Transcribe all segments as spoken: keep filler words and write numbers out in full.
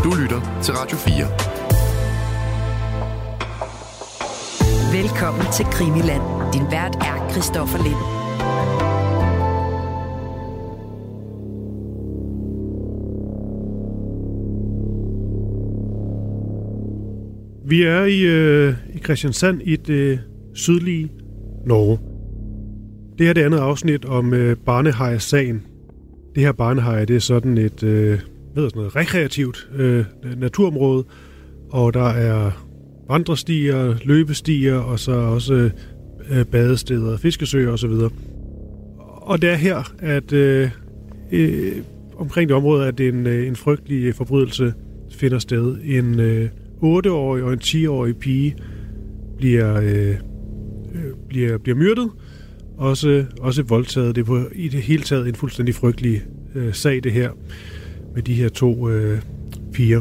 Du lytter til Radio fire. Velkommen til Krimiland. Din vært er Christoffer Lind. Vi er i, øh, i Kristiansand i det øh, sydlige Norge. Det her er det andet afsnit om øh, Baneheia-sagen. Det her Baneheia, det er sådan et øh, hvad sådan noget, rekreativt øh, naturområde, og der er vandrestier, løbestier, og så også øh, badesteder, fiskesøer osv. Og det er her, at øh, øh, omkring det område, at en, øh, en frygtelig forbrydelse finder sted. En øh, otteårig og en ti-årig pige bliver, øh, øh, bliver, bliver myrdet, også, også voldtaget. Det er på, i det hele taget en fuldstændig frygtelig øh, sag, det her, med de her to øh, piger.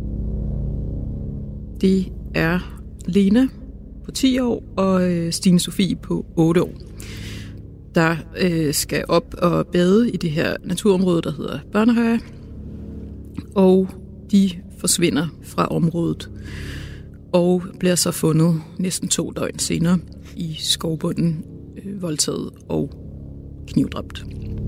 Det er Lena på ti år og øh, Stine Sofie på otte år, der øh, skal op og bade i det her naturområde, der hedder Baneheia, og de forsvinder fra området og bliver så fundet næsten to døgn senere i skovbunden, øh, voldtaget og knivdræbt.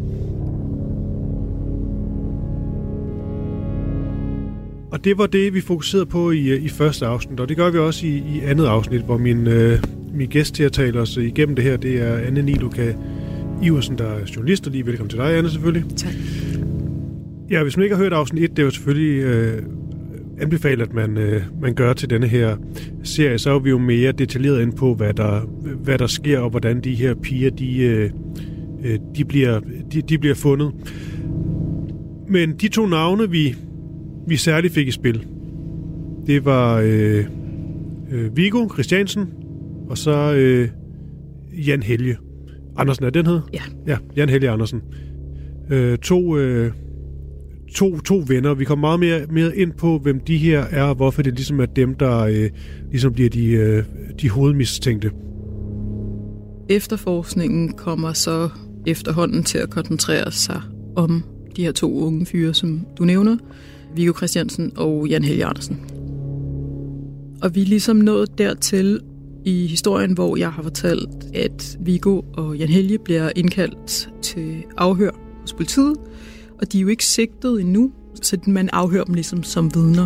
Og det var det, vi fokuserede på i, i første afsnit, og det gør vi også i, i andet afsnit, hvor min, øh, min gæst til at tale os igennem det her, det er Anne Niluka Iversen, der er journalist, og lige velkommen til dig, Anne, selvfølgelig. Tak. Ja, hvis man ikke har hørt afsnit et, det er jo selvfølgelig øh, anbefalet, at man, øh, man gør til denne her serie, så er vi jo mere detaljeret ind på, hvad der, hvad der sker, og hvordan de her piger, de, øh, de, bliver, de, de bliver fundet. Men de to navne, vi vi særligt fik i spil, det var øh, øh, Viggo Christiansen, og så øh, Jan Helge Andersen. Er den hed? Ja. Ja, Jan Helge Andersen. Øh, to, øh, to, to venner. Vi kommer meget mere, mere ind på, hvem de her er, og hvorfor det ligesom er dem, der øh, ligesom bliver de, øh, de hovedmistænkte. Efterforskningen kommer så efterhånden til at koncentrere sig om de her to unge fyre, som du nævner, Viggo Christiansen og Jan Helge Andersen. Og vi er ligesom nået dertil i historien, hvor jeg har fortalt, at Viggo og Jan Helge bliver indkaldt til afhør hos politiet, og de er jo ikke sigtet endnu, så man afhører dem ligesom som vidner.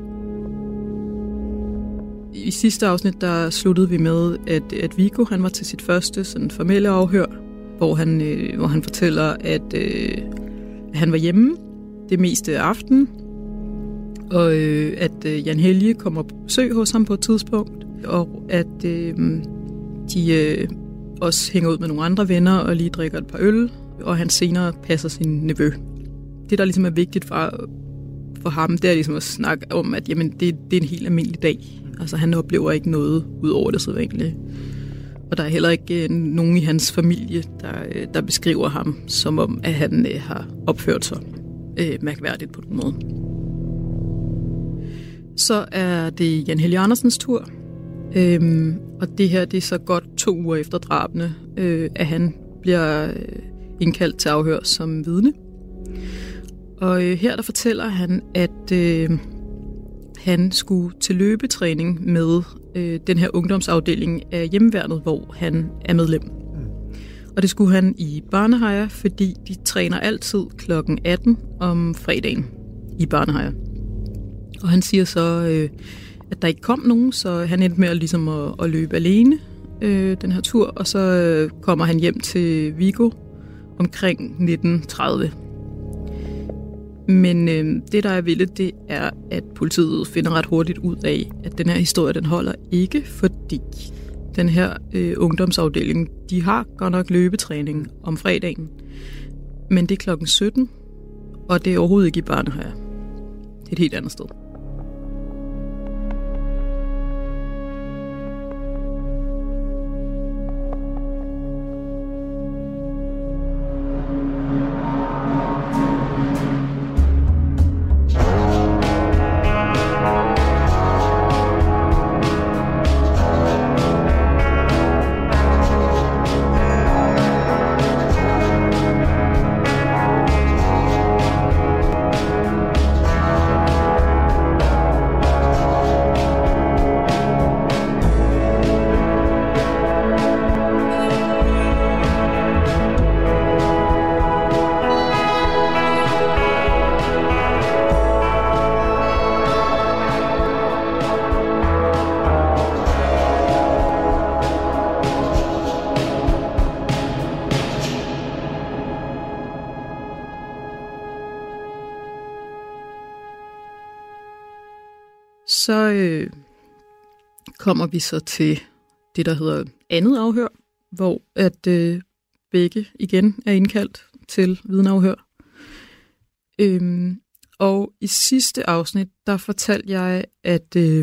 I sidste afsnit, der sluttede vi med, at, at Viggo, han var til sit første sådan formelle afhør, hvor han, øh, hvor han fortæller, at øh, han var hjemme det meste af aftenen, og øh, at øh, Jan Helge kommer på besøg hos ham på et tidspunkt, og at øh, de øh, også hænger ud med nogle andre venner og lige drikker et par øl, og han senere passer sin nevø. Det, der ligesom er vigtigt for, for ham, det er ligesom at snakke om, at jamen, det, det er en helt almindelig dag. Altså han oplever ikke noget ud over det sædvanlige. Og der er heller ikke øh, nogen i hans familie, der, øh, der beskriver ham, som om, at han øh, har opført sig øh, mærkværdigt på den måde. Så er det Jan Helge Andersens tur, øhm, og det her det er så godt to uger efter drabene, øh, at han bliver øh, indkaldt til afhør som vidne. Og øh, her der fortæller han, at øh, han skulle til løbetræning med øh, den her ungdomsafdeling af hjemmeværnet, hvor han er medlem. Og det skulle han i Baneheia, fordi de træner altid klokken atten om fredagen i Baneheia. Og han siger så, øh, at der ikke kom nogen, så han endte med at, ligesom at, at løbe alene øh, den her tur, og så øh, kommer han hjem til Viggo omkring nitten tredive. Men øh, det, der er vildt, det er, at politiet finder ret hurtigt ud af, at den her historie, den holder ikke, fordi den her øh, ungdomsafdeling, de har godt nok løbetræning om fredagen, men det er klokken sytten, og det er overhovedet ikke i Baneheia. Det er et helt andet sted. så øh, kommer vi så til det, der hedder andet afhør, hvor at øh, begge igen er indkaldt til vidneafhør. Øhm, og i sidste afsnit, der fortalte jeg, at, øh,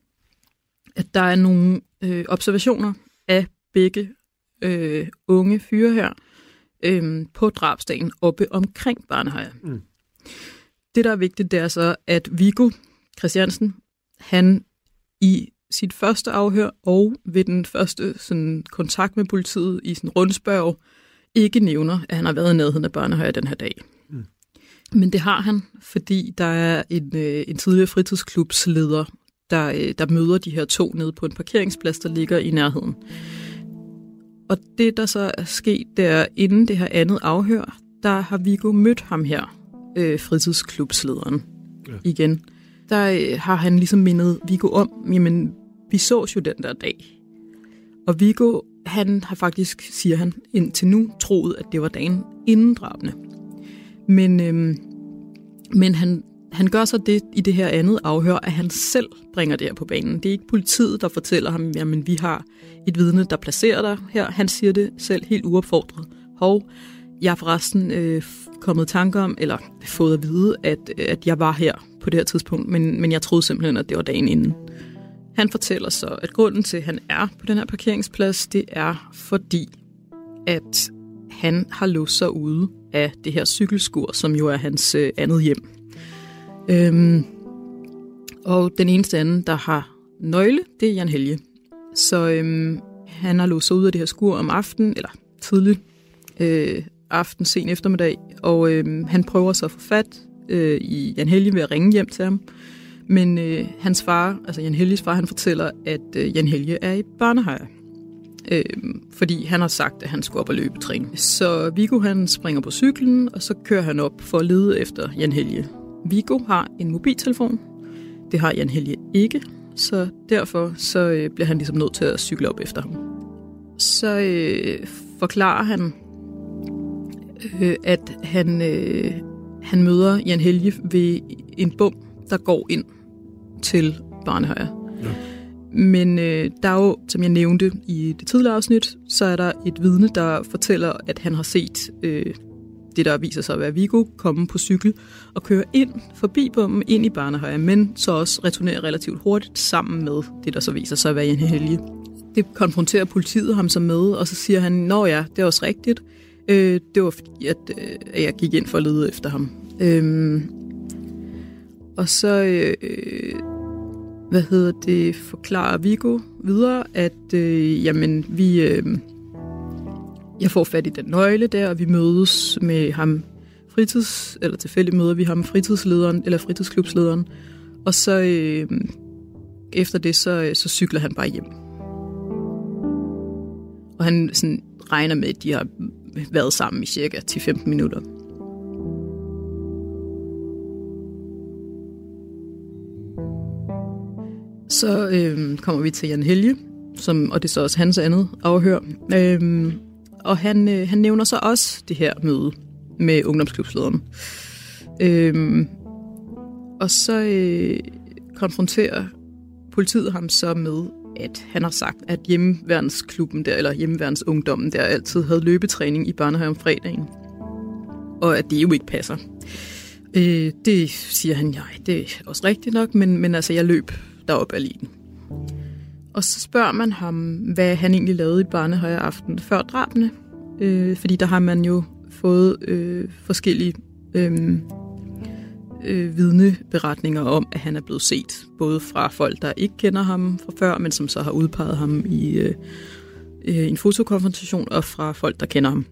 at der er nogle øh, observationer af begge øh, unge fyre her øh, på drabsdagen oppe omkring Barnehajer. Mm. Det, der er vigtigt, det er så, at Viggo Christiansen, han i sit første afhør og ved den første sådan, kontakt med politiet i sådan rundspørg, ikke nævner, at han har været i nærheden af Barnehajer den her dag. Mm. Men det har han, fordi der er en, øh, en tidligere fritidsklubsleder, der, øh, der møder de her to nede på en parkeringsplads, der ligger i nærheden. Og det, der så er sket, det er, inden det her andet afhør, der har Viggo mødt ham her, øh, fritidsklubslederen, ja. igen. Der øh, har han ligesom mindet Viggo om, jamen, vi sås jo den der dag. Og Viggo, han har faktisk, siger han, indtil nu troet, at det var dagen inden drabene. Men, øhm, men han, han gør så det i det her andet afhør, at han selv bringer det her på banen. Det er ikke politiet, der fortæller ham, jamen vi har et vidne, der placerer dig her. Han siger det selv helt uopfordret. Hov, jeg har forresten øh, kommet i tanke om, eller fået at vide, at, at jeg var her på det her tidspunkt, men, men jeg troede simpelthen, at det var dagen inden. Han fortæller så, at grunden til, at han er på den her parkeringsplads, det er fordi, at han har låst sig ude af det her cykelskur, som jo er hans øh, andet hjem. Øhm, og den eneste anden, der har nøgle, det er Jan Helge. Så øhm, han har låst sig ude af det her skur om aftenen, eller tidligt øh, aften, sen eftermiddag, og øh, han prøver så at få fat øh, i Jan Helge ved at ringe hjem til ham. Men øh, hans far, altså Jan Helges far, han fortæller, at øh, Jan Helge er i Barnehajer. Øh, fordi han har sagt, at han skulle op og løbetræne. Så Viggo, han springer på cyklen, og så kører han op for at lede efter Jan Helge. Viggo har en mobiltelefon. Det har Jan Helge ikke, så derfor så øh, bliver han ligesom nødt til at cykle op efter ham. Så øh, forklarer han, øh, at han, øh, han møder Jan Helge ved en bom, der går ind til Barnehajer. Ja. Men øh, der er jo, som jeg nævnte i det tidligere afsnit, så er der et vidne, der fortæller, at han har set øh, det, der viser sig at være Viggo, komme på cykel og køre ind forbi bommen, ind i Barnehajer, men så også returnerer relativt hurtigt sammen med det, der så viser sig at være Jan Helge. Det konfronterer politiet ham så med, og så siger han, nå ja, det er også rigtigt. Øh, det var fordi, at, øh, at jeg gik ind for at lede efter ham. Øh, og så... Øh, Hvad hedder det, forklarer Viggo videre, at øh, jamen, vi, øh, jeg får fat i den nøgle der, og vi mødes med ham fritids, eller tilfældigt møder vi ham fritidslederen, eller fritidsklubslederen, og så øh, efter det, så, så cykler han bare hjem. Og han sådan, regner med, at de har været sammen i cirka ti til femten minutter. Så øh, kommer vi til Jan Helge, som, og det er så også hans andet afhør. Øh, og han, øh, han nævner så også det her møde med ungdomsklubslederen. Øh, og så øh, konfronterer politiet ham så med, at han har sagt, at hjemmeværnsklubben der, eller hjemmeværnsungdommen der, altid havde løbetræning i Barnehajer om fredagen. Og at det jo ikke passer. Øh, det siger han, nej, det er også rigtigt nok, men, men altså, jeg løb deroppe alene. Og så spørger man ham, hvad han egentlig lavede i Barnehajer aften før drabene. Øh, fordi der har man jo fået øh, forskellige øh, øh, vidneberetninger om, at han er blevet set. Både fra folk, der ikke kender ham fra før, men som så har udpeget ham i øh, øh, en fotokonfrontation, og fra folk, der kender ham.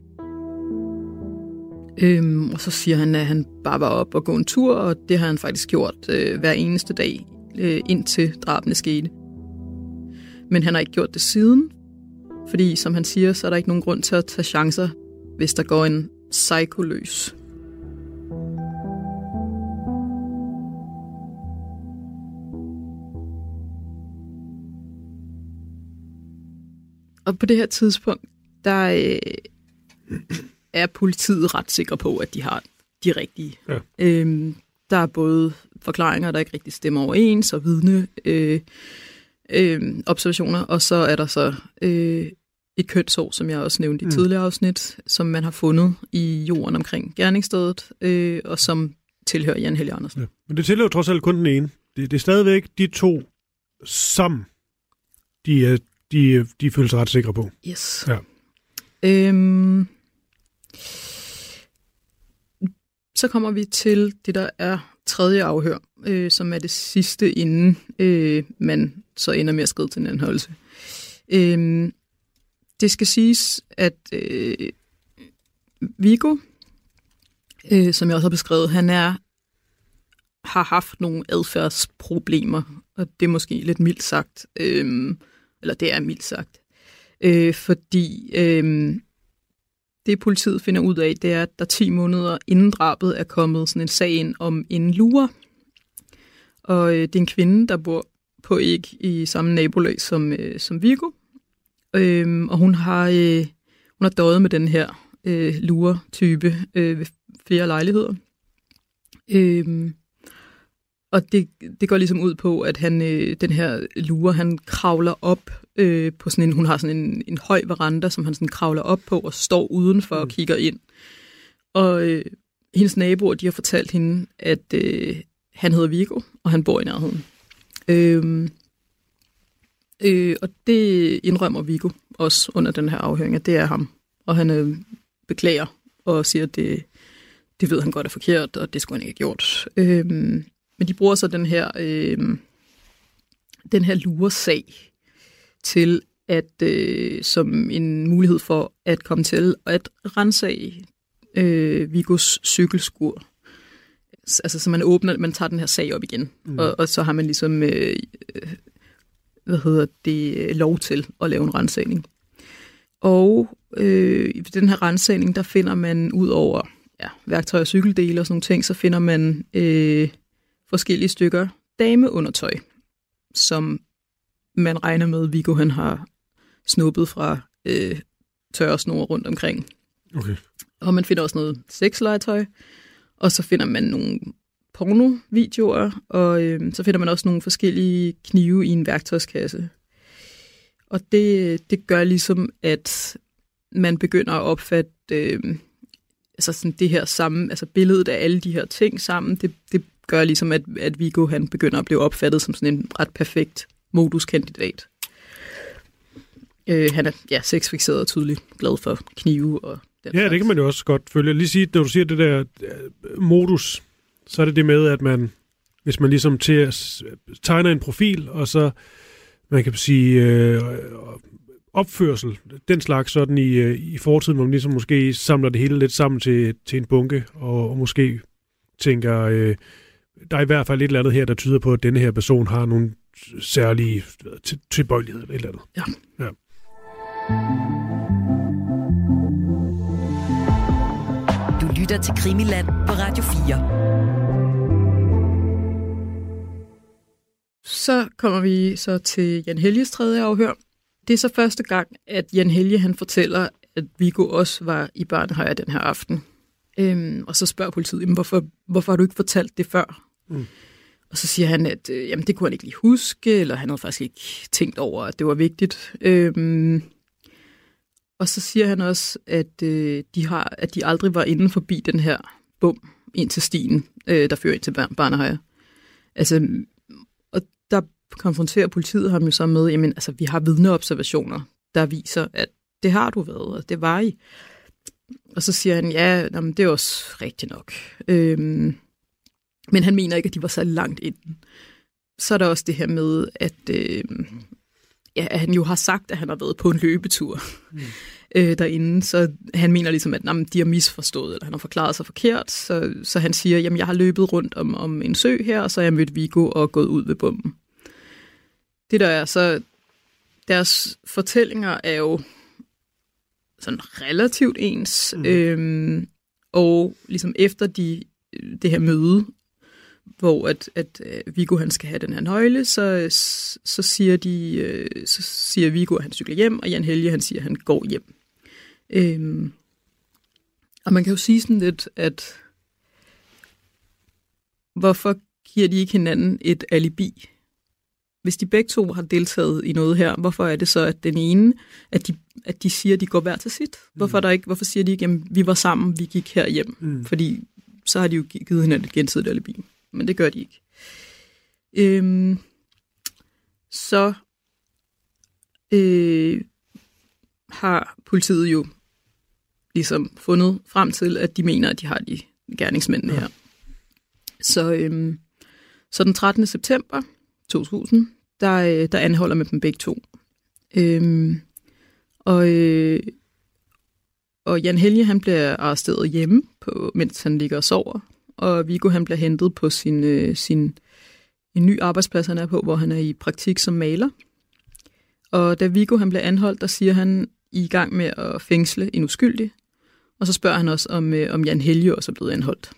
Øh, og så siger han, at han bare var op og gå en tur, og det har han faktisk gjort øh, hver eneste dag, indtil drabene skete. Men han har ikke gjort det siden, fordi som han siger, så er der ikke nogen grund til at tage chancer, hvis der går en psyko løs. Og på det her tidspunkt, der øh, er politiet ret sikre på, at de har de rigtige. Ja. Øhm, der er både forklaringer, der ikke rigtig stemmer overens, og vidne øh, øh, observationer, og så er der så øh, et kønssår, som jeg også nævnte i mm. tidligere afsnit, som man har fundet i jorden omkring gerningsstedet, øh, og som tilhører Jan Helge Andersen. Ja. Men det tilhører trods alt kun den ene. Det, det er stadigvæk de to sammen, de, de, de føler sig ret sikre på. Yes. Ja. Øhm, så kommer vi til det, der er tredje afhør, øh, som er det sidste, inden øh, man så ender med at skride til en anholdelse. Øhm, det skal siges, at øh, Viggo, øh, som jeg også har beskrevet, han er har haft nogle adfærdsproblemer, og det er måske lidt mildt sagt, øh, eller det er mildt sagt, øh, fordi øh, det politiet finder ud af, det er, at der ti måneder inden drabet er kommet sådan en sag ind om en lurer, og øh, det er en kvinde, der bor på ikke i samme nabolag som, øh, som Viggo, øh, og hun har, øh, hun har døjet med den her øh, lurer-type øh, ved flere lejligheder. Øh, Og det, det går ligesom ud på, at han, øh, den her lurer, han kravler op øh, på sådan en, hun har sådan en, en høj veranda, som han sådan kravler op på og står udenfor mm. og kigger ind. Og øh, hendes naboer, de har fortalt hende, at øh, han hedder Viggo, og han bor i nærheden. Øh, øh, og det indrømmer Viggo også under den her afhøring, at det er ham. Og han øh, beklager og siger, at det, det ved han godt er forkert, og det skulle han ikke have gjort. Øh, Men de bruger så den her, øh, den her luresag til at øh, som en mulighed for at komme til at ransage øh, Viggos cykelskur. Altså så man åbner, man tager den her sag op igen, mm. og, og så har man ligesom øh, hvad hedder det, lov til at lave en ransagning. Og øh, i den her ransagning, der finder man ud over ja, værktøj og cykeldele og sådan nogle ting, så finder man øh, forskellige stykker dameundertøj, som man regner med, Viggo han har snuppet fra øh, tørresnore rundt omkring. Okay. Og man finder også noget sexlegetøj, og så finder man nogle pornovideoer, og øh, så finder man også nogle forskellige knive i en værktøjskasse. Og det, det gør ligesom, at man begynder at opfatte øh, altså sådan det her sammen, altså billedet af alle de her ting sammen, det, det gør ligesom, at, at Viggo han begynder at blive opfattet som sådan en ret perfekt moduskandidat. Øh, han er ja, sexfikseret og tydeligt glad for knive og den Ja, slags. Det kan man jo også godt følge. Lige sige, når du siger det der uh, modus, så er det det med, at man, hvis man ligesom til, tegner en profil, og så, man kan sige, øh, opførsel, den slags sådan i, øh, i fortiden, hvor man ligesom måske samler det hele lidt sammen til, til en bunke, og, og måske tænker, øh, der er i hvert fald et eller andet her, der tyder på, at denne her person har nogle særlige tilbøjeligheder eller et eller andet. Ja. Ja. Du lytter til Krimiland på Radio fire. Så kommer vi så til Jan Helges tredje afhør. Det er så første gang, at Jan Helge han fortæller, at Viggo også var i børnehøjre den her aften. Øhm, og så spørger politiet, jamen, hvorfor, hvorfor har du ikke fortalt det før? Mm. Og så siger han, at øh, jamen, det kunne han ikke lige huske, eller han havde faktisk ikke tænkt over, at det var vigtigt. Øhm, og så siger han også, at, øh, de har, at de aldrig var inde forbi den her bum ind til stien, øh, der fører ind til børnehøjre. Altså, og der konfronterer politiet ham jo så med, jamen, altså, vi har vidneobservationer, der viser, at det har du været, og det var I. Og så siger han, ja, jamen, det er også rigtigt nok. Øhm, men han mener ikke, at de var så langt inden. Så er der også det her med, at, øh, ja, at han jo har sagt, at han har været på en løbetur mm. øh, derinde. Så han mener ligesom, at jamen, de har misforstået, eller han har forklaret sig forkert. Så, så han siger, jamen jeg har løbet rundt om, om en sø her, og så har jeg mødt Viggo og gået ud ved bomben. Det der er så, deres fortællinger er jo sådan relativt ens, mm. øhm, og ligesom efter de, det her møde, hvor at, at Viggo han skal have den her nøgle, så, så siger de, så siger Viggo, at han cykler hjem, og Jan Helge han siger, at han går hjem. Øhm, og man kan jo sige sådan lidt, at hvorfor giver de ikke hinanden et alibi? Hvis de begge to har deltaget i noget her, hvorfor er det så, at den ene, at de, at de siger, at de går hver til sit? Hvorfor, der ikke, hvorfor siger de ikke, at vi var sammen, vi gik her hjem? Mm. Fordi så har de jo givet hinanden et gensidigt alibi. Men det gør de ikke. Øhm, så øh, har politiet jo ligesom fundet frem til, at de mener, at de har de gerningsmændene her. Så, øhm, så den trettende september to tusind, der, der anholder med dem begge to. Øhm, og, øh, og Jan Helge, han bliver arresteret hjemme, på, mens han ligger og sover. Og Viggo, han bliver hentet på sin, øh, sin en ny arbejdsplads, han er på, hvor han er i praktik som maler. Og da Viggo, han bliver anholdt, der siger han, I er i gang med at fængsle en uskyldig. Og så spørger han også, om, øh, om Jan Helge også er blevet anholdt.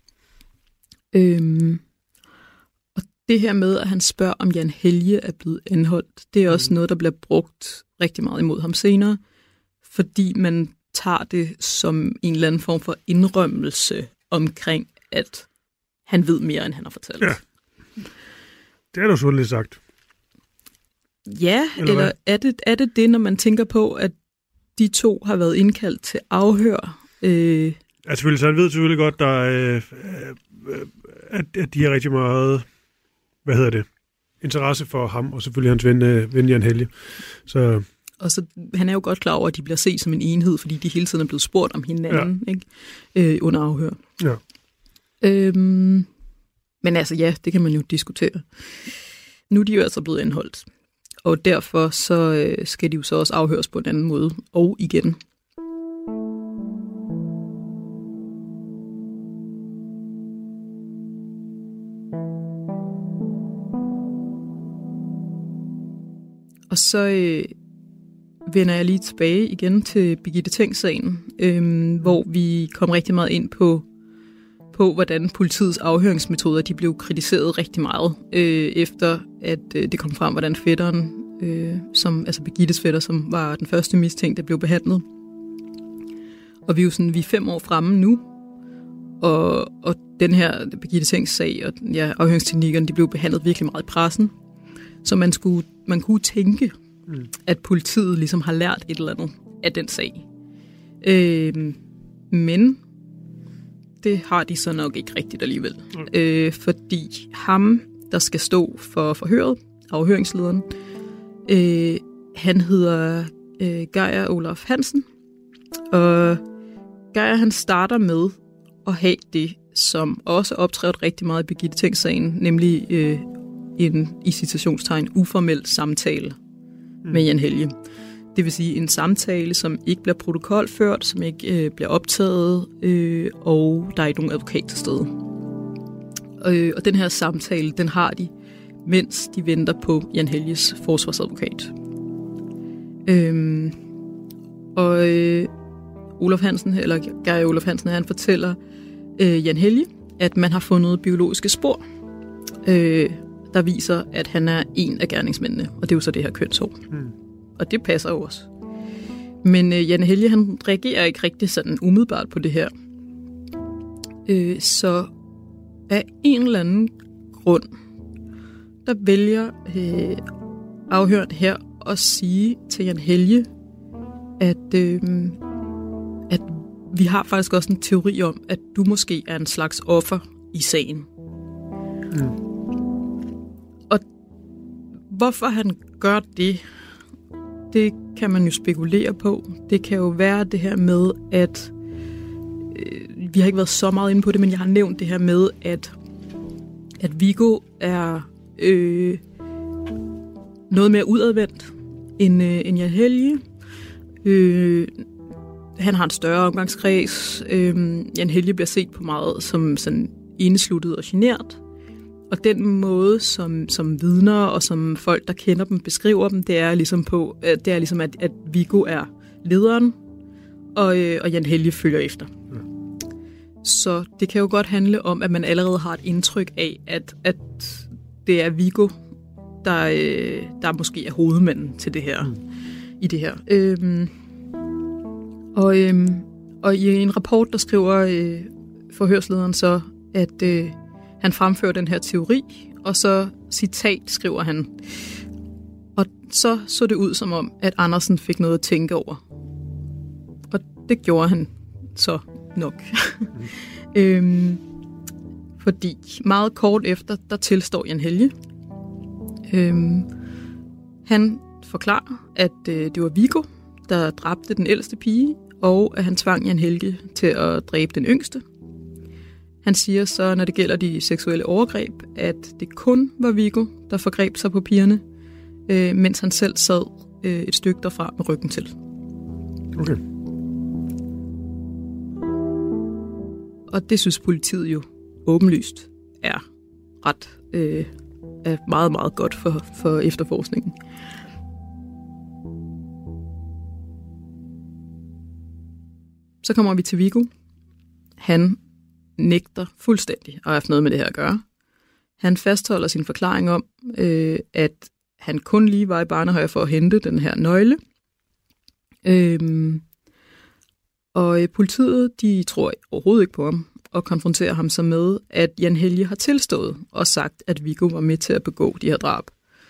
Øhm, og det her med, at han spørger, om Jan Helge er blevet anholdt, det er også noget, der bliver brugt rigtig meget imod ham senere, fordi man tager det som en eller anden form for indrømmelse omkring, at han ved mere, end han har fortalt. Ja. Det er da så lidt sagt. Ja, eller, eller er, det, er det det, når man tænker på, at de to har været indkaldt til afhør? Øh... Ja, selvfølgelig. Så han ved selvfølgelig godt, der er, øh, at, at de har rigtig meget, hvad hedder det, interesse for ham, og selvfølgelig hans ven, øh, ven Jan Helge. Så... Og så han er jo godt klar over, at de bliver set som en enhed, fordi de hele tiden er blevet spurgt om hinanden, ja. ikke? Øh, under afhør. Ja. Øhm, men altså ja, det kan man jo diskutere. Nu er de jo altså blevet anholdt. Og derfor så øh, skal de jo så også afhøres på en anden måde. Og igen. Og så øh, vender jeg lige tilbage igen til Birgitte Tengs-sagen, øh, hvor vi kom rigtig meget ind på, på hvordan politiets afhøringsmetoder de blev kritiseret rigtig meget, øh, efter at øh, det kom frem, hvordan fætteren, øh, som, altså Birgittes fætter, som var den første mistænkt, der blev behandlet. Og vi er jo sådan, vi er fem år fremme nu, og, og den her Birgitte Tengs-sag og ja, afhøringsteknikkerne, de blev behandlet virkelig meget i pressen. Så man, skulle, man kunne tænke, mm. at politiet ligesom har lært et eller andet af den sag. Øh, men det har de så nok ikke rigtigt alligevel. Mm. Øh, fordi ham, der skal stå for forhøret, afhøringslederen, øh, han hedder øh, Geir Olaf Hansen. Og Geir, han starter med at have det, som også optræder rigtig meget i Birgitte Tengs-sagen, nemlig øh, en, i citationstegn, uformel samtale mm. med Jan Helge. Det vil sige en samtale, som ikke bliver protokolført, som ikke øh, bliver optaget, øh, og der er ikke nogen advokat til stede. Øh, og den her samtale, den har de, mens de venter på Jan Helges forsvarsadvokat. Øh, og øh, Olaf Hansen, eller Geir Olaf Hansen, han fortæller øh, Jan Helge, at man har fundet biologiske spor, øh, der viser, at han er en af gerningsmændene, og det er jo så det her kønshår. Mm. Og det passer jo også. Men øh, Jan Helge, han reagerer ikke rigtig sådan umiddelbart på det her. Øh, så af en eller anden grund, der vælger øh, afhørt her at sige til Jan Helge, at, øh, at vi har faktisk også en teori om, at du måske er en slags offer i sagen. Mm. Og hvorfor han gør det, det kan man jo spekulere på. Det kan jo være det her med, at øh, vi har ikke været så meget inde på det, men jeg har nævnt det her med, at, at Viggo er øh, noget mere udadvendt end, øh, end Jan Helge. Øh, han har en større omgangskreds. Øh, Jan Helge bliver set på meget som sådan indesluttet og genert. Og den måde, som, som vidner og som folk, der kender dem, beskriver dem, det er ligesom, på, det er ligesom at, at Viggo er lederen, og, øh, og Jan Helge følger efter. Ja. Så det kan jo godt handle om, at man allerede har et indtryk af, at, at det er Viggo, der, øh, der måske er hovedmanden til det her, mm. i det her. Øhm, og, øhm, og i en rapport, der skriver øh, forhørslederen så, at... Øh, Han fremfører den her teori, og så citat skriver han. Og så så det ud som om, at Andersen fik noget at tænke over. Og det gjorde han så nok. Mm. øhm, fordi meget kort efter, der tilstår Jan Helge. Øhm, han forklarer, at øh, det var Viggo, der dræbte den ældste pige, og at han tvang Jan Helge til at dræbe den yngste. Han siger så, når det gælder de seksuelle overgreb, at det kun var Viggo, der forgreb sig på pigerne, øh, mens han selv sad øh, et stykke derfra med ryggen til. Okay. Og det synes politiet jo åbenlyst er ret øh, er meget, meget godt for, for efterforskningen. Så kommer vi til Viggo. Han nægter fuldstændig at have haft noget med det her at gøre. Han fastholder sin forklaring om, øh, at han kun lige var i Barnehøj for at hente den her nøgle. Øhm, og politiet, de tror overhovedet ikke på ham, og konfronterer ham så med, at Jan Helge har tilstået og sagt, at Viggo var med til at begå de her drab.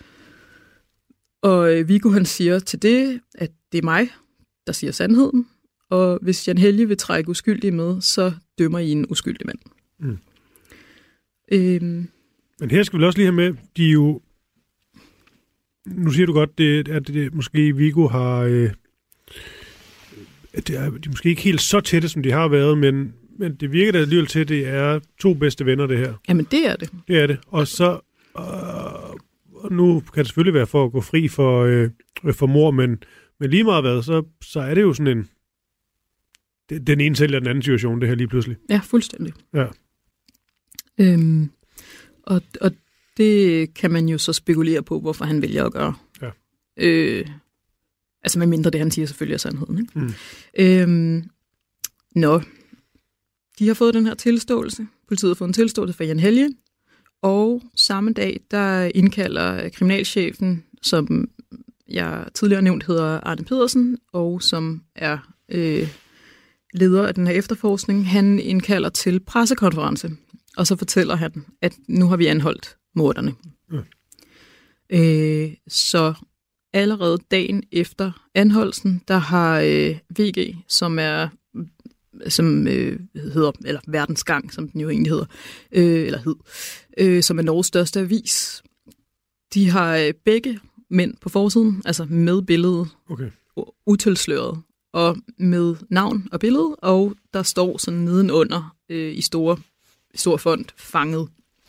Og øh, Viggo, han siger til det, at det er mig, der siger sandheden, og hvis Jan Helge vil trække uskyldige med, så dømmer I en uskyldig mand. Mm. Øhm, Men her skal vi også lige have med, de er jo, nu siger du godt, det, at det, måske Viggo har, øh, at det er, de er måske ikke helt så tætte, som de har været, men, men det virker da alligevel til, at det er to bedste venner, det her. Jamen, det er det. Det er det. Og så, øh, og nu kan det selvfølgelig være for at gå fri for, øh, for mor, men, men lige meget hvad, så, så er det jo sådan en, den ene sælger den anden situation, det her lige pludselig. Ja, fuldstændig. Ja. Øhm, og, og det kan man jo så spekulere på, hvorfor han vælger at gøre. Ja. Øh, altså med mindre det, han siger, selvfølgelig er sandheden. Ikke? Mm. Øhm, nå, de har fået den her tilståelse. Politiet har fået en tilståelse fra Jan Helge. Og samme dag, der indkalder kriminalchefen, som jeg tidligere nævnt hedder Arne Pedersen, og som er øh, leder af den her efterforskning, han indkalder til pressekonference. Og så fortæller han, at nu har vi anholdt morderne. Mm. Øh, så allerede dagen efter anholdelsen, der har øh, V G, som er som øh, hedder, eller Verdensgang, som den jo egentlig hedder, øh, eller hed, øh, som er Norges største avis. De har øh, begge mænd på forsiden, altså med billedet, okay. utilsløret, og med navn og billede, og der står sådan nedenunder øh, i store, stor font, fanget.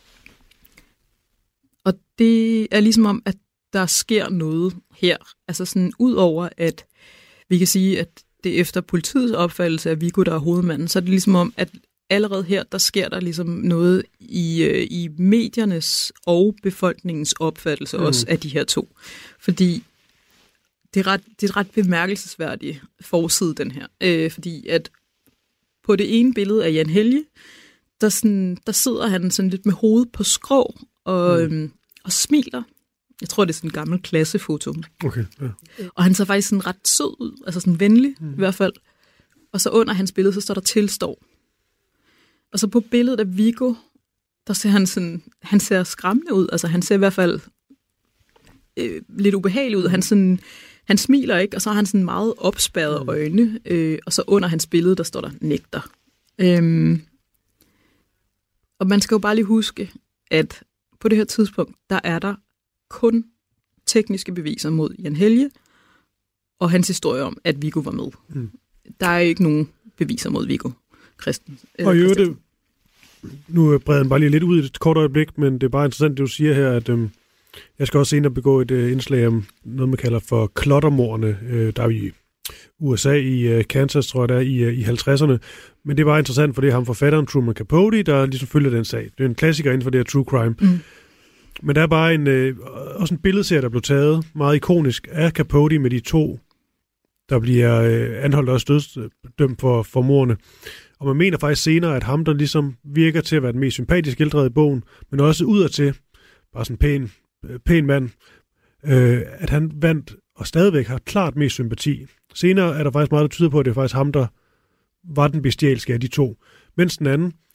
Og det er ligesom om, at der sker noget her. Altså sådan ud over, at vi kan sige, at det efter politiets opfattelse af Viggo, der er hovedmanden, så er det ligesom om, at allerede her, der sker der ligesom noget i, øh, i mediernes og befolkningens opfattelse mm. også af de her to. Fordi det er, ret, det er et ret bemærkelsesværdigt forside, den her. Øh, fordi at på det ene billede af Jan Helge, der, sådan, der sidder han sådan lidt med hovedet på skrå og, mm. øhm, og smiler. Jeg tror, det er sådan en gammel klassefoto. Okay, ja. Og han ser faktisk sådan ret sød ud, altså sådan venlig mm. i hvert fald. Og så under hans billede, så står der tilstår. Og så på billedet af Viggo, der ser han sådan, han ser skræmmende ud. Altså han ser i hvert fald øh, lidt ubehagelig ud. Han, sådan, han smiler ikke, og så har han sådan meget opspærrede øjne. Øh, og så under hans billede, der står der nægter. Øhm, og man skal jo bare lige huske, at på det her tidspunkt, der er der kun tekniske beviser mod Jan Helge og hans historie om, at Viggo var med. Mm. Der er ikke nogen beviser mod Viggo Christen. Og jo, det, nu breder den bare lige lidt ud i et kort øjeblik, men det er bare interessant, det du siger her, at øhm, jeg skal også senere begå et øh, indslag om noget, man kalder for klottermordene, øh, der er i U S A, i øh, Kansas, tror jeg det er, i, øh, i halvtredserne. Men det er bare interessant, for det er ham forfatteren Truman Capote, der ligesom følger den sag. Det er en klassiker inden for det her true crime. Mm. Men der er bare en, øh, også en billedserie, der blev taget, meget ikonisk, af Capote med de to, der bliver øh, anholdt og også dødsdømt for, for mordene. Og man mener faktisk senere, at ham, der ligesom virker til at være den mest sympatiske skildrede i bogen, men også udadtil, bare sådan en pæn, pæn mand, øh, at han vandt og stadigvæk har klart mest sympati. Senere er der faktisk meget, der tyder på, at det er faktisk ham, der var den bestialske af de to. Mens den anden,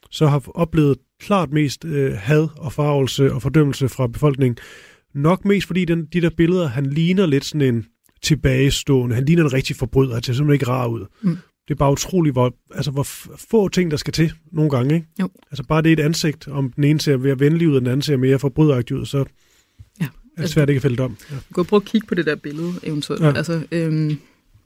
så har oplevet klart mest øh, had og forargelse og fordømmelse fra befolkningen. Nok mest fordi den, de der billeder, han ligner lidt sådan en tilbagestående, han ligner en rigtig forbryder, han ser simpelthen ikke rar ud. Mm. Det er bare utroligt, hvor, altså, hvor få ting, der skal til nogle gange. Ikke? Jo. Altså bare det er et ansigt, om den ene ser mere venlig ud, og den anden ser mere forbryderagtig ud, så ja, er det altså, svært ikke at fælde dom. Ja. Gå og prøv at kigge på det der billede, eventuelt. Ja. Altså, øhm,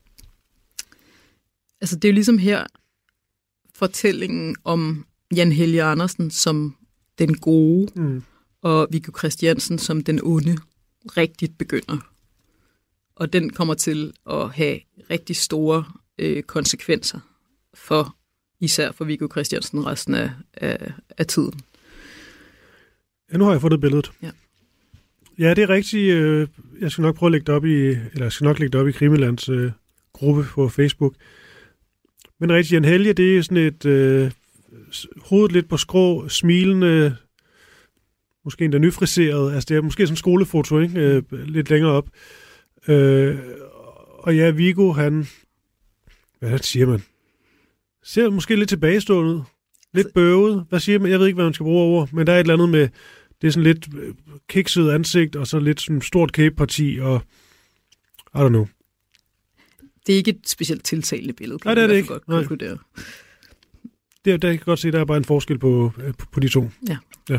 altså, det er jo ligesom her fortællingen om Jan Helge Andersen som den gode, mm. og Viggo Kristiansen som den onde, rigtigt begynder. Og den kommer til at have rigtig store øh, konsekvenser for især for Viggo Kristiansen resten af, af, af tiden. Ja, nu har jeg fået det billedet. Ja. Ja, det er rigtigt. Øh, jeg skal nok prøve at lægge det op i, eller jeg skal nok lægge det op i Krimilands øh, gruppe på Facebook. Men rigtig, Jan Helge, det er sådan et øh, hovedet lidt på skrå, smilende, måske endda nyfriseret. Altså det er måske sådan en skolefoto, ikke? Øh, lidt længere op. Øh, og ja, Viggo, han, hvad siger man? Ser måske lidt tilbagestående ud. Lidt altså, bøvet. Hvad siger man? Jeg ved ikke, hvad man skal bruge over, men der er et eller andet med, det er sådan lidt kikset ansigt, og så lidt sådan stort kæbeparti, og I don't know. Det er ikke et specielt tiltalende billede. Nej, det er det ikke. Godt Nej. konkludere. Det er, der kan jeg godt se, der er bare en forskel på, på, på de to. Ja. Ja.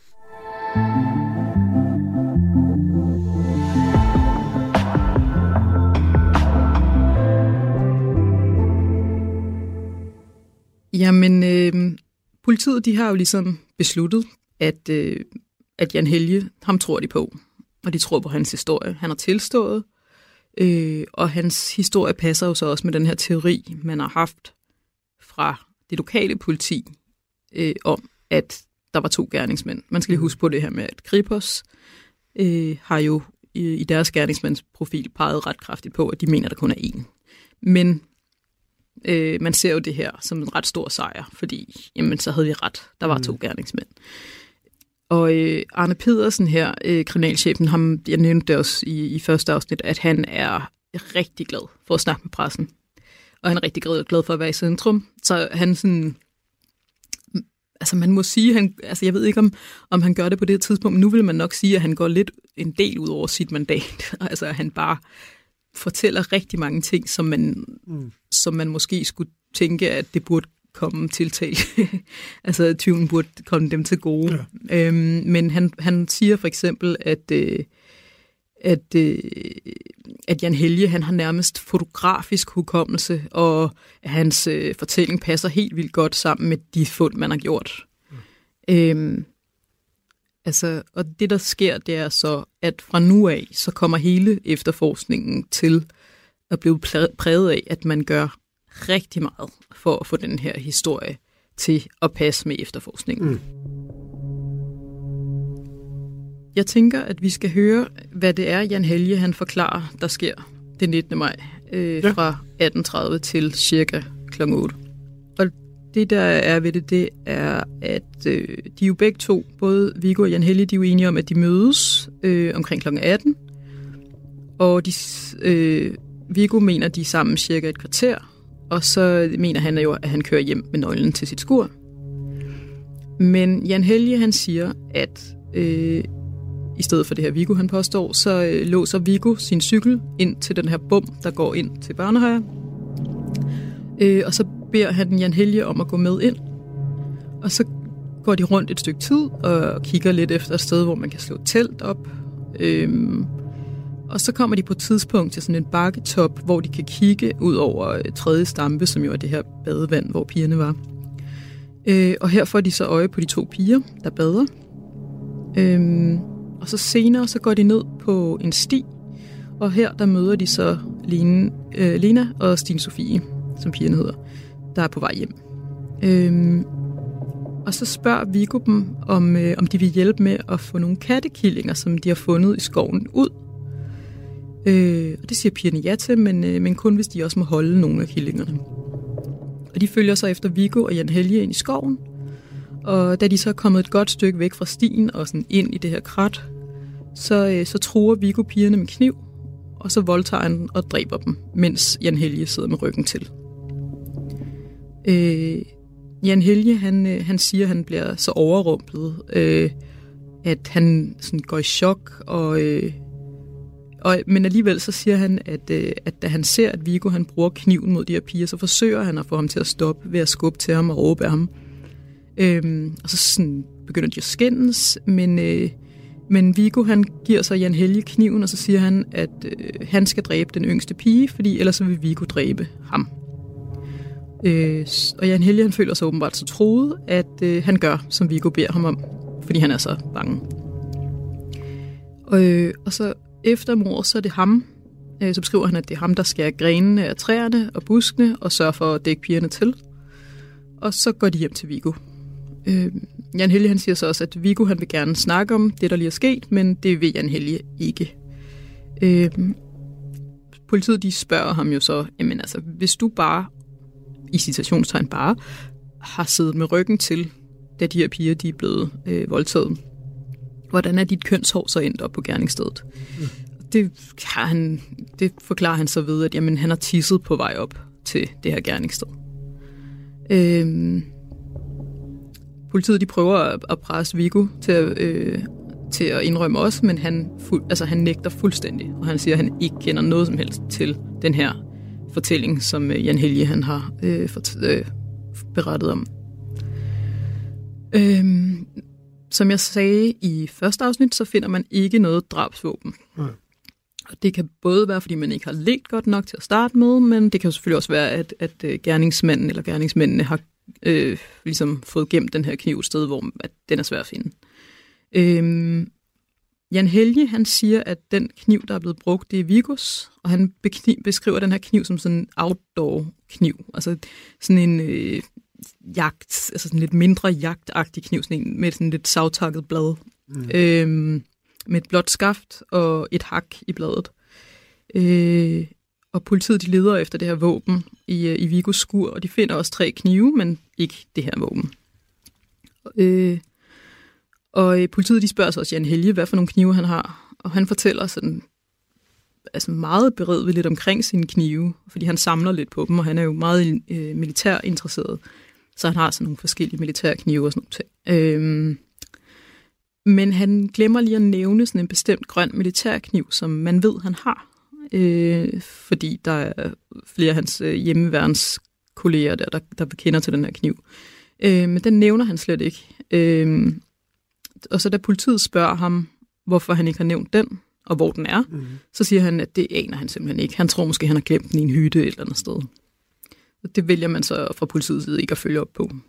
Jamen, øh, politiet de har jo ligesom besluttet, at, øh, at Jan Helge, ham tror de på. Og de tror på hans historie. Han har tilstået, øh, og hans historie passer jo så også med den her teori, man har haft fra det lokale politi, øh, om at der var to gerningsmænd. Man skal lige huske på det her med, at Kripos øh, har jo i, i deres gerningsmandsprofil peget ret kraftigt på, at de mener, at der kun er én. Men Øh, man ser jo det her som en ret stor sejr, fordi jamen, så havde vi ret. Der var mm. to gerningsmænd. Og øh, Arne Pedersen her, øh, kriminalchefen, ham, jeg nævnte det også i, i første afsnit, at han er rigtig glad for at snakke med pressen. Og han er rigtig glad for at være i centrum. Så han sådan, altså man må sige, han, altså jeg ved ikke om, om han gør det på det tidspunkt, men nu vil man nok sige, at han går lidt en del ud over sit mandat. Altså at han bare fortæller rigtig mange ting, som man, mm. som man måske skulle tænke, at det burde komme tiltale. Altså, tvivlen burde komme dem til gode. Ja. Øhm, men han, han siger for eksempel, at, øh, at, øh, at Jan Helge, han har nærmest fotografisk hukommelse, og hans øh, fortælling passer helt vildt godt sammen med de fund, man har gjort. Mm. Øhm, Altså, og det, der sker, det er så, at fra nu af, så kommer hele efterforskningen til at blive præget af, at man gør rigtig meget for at få den her historie til at passe med efterforskningen. Mm. Jeg tænker, at vi skal høre, hvad det er, Jan Helge han forklarer, der sker den nittende maj øh, ja. fra atten tredive til cirka klokken otte. Og det, der er ved det, det er, at øh, de jo begge to, både Viggo og Jan Helge, de er jo enige om, at de mødes øh, omkring klokken atten. Og de, øh, Viggo mener, de er sammen cirka et kvarter, og så mener han jo, at han kører hjem med nøglen til sit skur. Men Jan Helge, han siger, at øh, i stedet for det her Viggo, han påstår, så øh, låser Viggo sin cykel ind til den her bom, der går ind til børnehaven. Øh, og så beder han Jan Helge om at gå med ind. Og så går de rundt et stykke tid og kigger lidt efter et sted, hvor man kan slå et telt op. Øhm, og så kommer de på et tidspunkt til sådan en bakketop, hvor de kan kigge ud over tredje stampe, som jo er det her badevand, hvor pigerne var. Øh, og her får de så øje på de to piger, der bader. Øhm, og så senere så går de ned på en sti, og her der møder de så Lene, øh, Lena og Stine Sofie, som pigerne hedder, der er på vej hjem. Øhm, og så spørger Viggo dem, om, øh, om de vil hjælpe med at få nogle kattekillinger, som de har fundet i skoven, ud. Øh, og det siger pigerne ja til, men, øh, men kun hvis de også må holde nogle af killingerne. Og de følger så efter Viggo og Jan Helge ind i skoven. Og da de så er kommet et godt stykke væk fra stien og sådan ind i det her krat, så, øh, så truer Viggo pigerne med kniv, og så voldtager han og dræber dem, mens Jan Helge sidder med ryggen til. Øh, Jan Helge, han, øh, han siger, at han bliver så overrumplet, øh, at han sådan går i chok, og, øh, og, men alligevel så siger han, at, øh, at da han ser, at Viggo han bruger kniven mod de her piger, så forsøger han at få ham til at stoppe ved at skubbe til ham og råbe af ham. Øh, og så sådan begynder de at skændes, men, øh, men Viggo han giver så Jan Helge kniven, og så siger han, at øh, han skal dræbe den yngste pige, fordi ellers så vil Viggo dræbe ham. Øh, og Jan Helge han føler sig åbenbart så truet, at øh, han gør, som Viggo beder ham om, fordi han er så bange. Og, øh, og så efter mordet, så er det ham, øh, så beskriver han, at det er ham, der skærer grenene af træerne og buskene, og sørger for at dække pigerne til. Og så går de hjem til Viggo. Øh, Jan Helge han siger så også, at Viggo han vil gerne snakke om det, der lige er sket, men det vil Jan Helge ikke. Øh, politiet de spørger ham jo så, jamen altså, hvis du bare i citationstegn bare, har siddet med ryggen til, da de her piger de er blevet øh, voldtaget. Hvordan er dit kønshår så endt op på gerningsstedet? Mm. Det, har han, det forklarer han så ved, at jamen, han har tisset på vej op til det her gerningssted. Øhm, politiet de prøver at, at presse Viggo til at, øh, til at indrømme også, men han, fuld, altså, han nægter fuldstændig, og han siger, at han ikke kender noget som helst til den her fortælling, som Jan Helge han har øh, fort, øh, berettet om. Øhm, som jeg sagde i første afsnit, så finder man ikke noget drabsvåben. Nej. Og det kan både være, fordi man ikke har let godt nok til at starte med, men det kan jo selvfølgelig også være, at, at gerningsmanden eller gerningsmændene har øh, ligesom fået gemt den her kniv et sted, hvor at den er svær at finde. Øhm, Jan Helge, han siger, at den kniv, der er blevet brugt, det er Viggos, og han beskriver den her kniv som sådan en outdoor-kniv. Altså sådan en øh, jagt, altså sådan lidt mindre jagtagtig kniv, sådan en med sådan lidt savtakket blad. Mm. Øhm, med et blåt skaft og et hak i bladet. Øh, og politiet de leder efter det her våben i, i Viggos skur, og de finder også tre knive, men ikke det her våben. Øh, Og politiet de spørger så også Jan Helge, hvad for nogle knive han har. Og han fortæller sådan, altså meget beredvilligt omkring sine knive, fordi han samler lidt på dem, og han er jo meget øh, militær interesseret. Så han har sådan nogle forskellige militærknive og sådan noget. Øhm, men han glemmer lige at nævne sådan en bestemt grøn militærkniv, som man ved, han har. Øh, fordi der er flere af hans øh, hjemmeværnskolleger der, der, der kender til den her kniv. Øh, men den nævner han slet ikke. Øh, Og så da politiet spørger ham, hvorfor han ikke har nævnt den, og hvor den er, mm-hmm. så siger han, at det aner han simpelthen ikke. Han tror måske, han har glemt den i en hytte et eller andet sted. Og det vælger man så fra politiets side ikke at følge op på.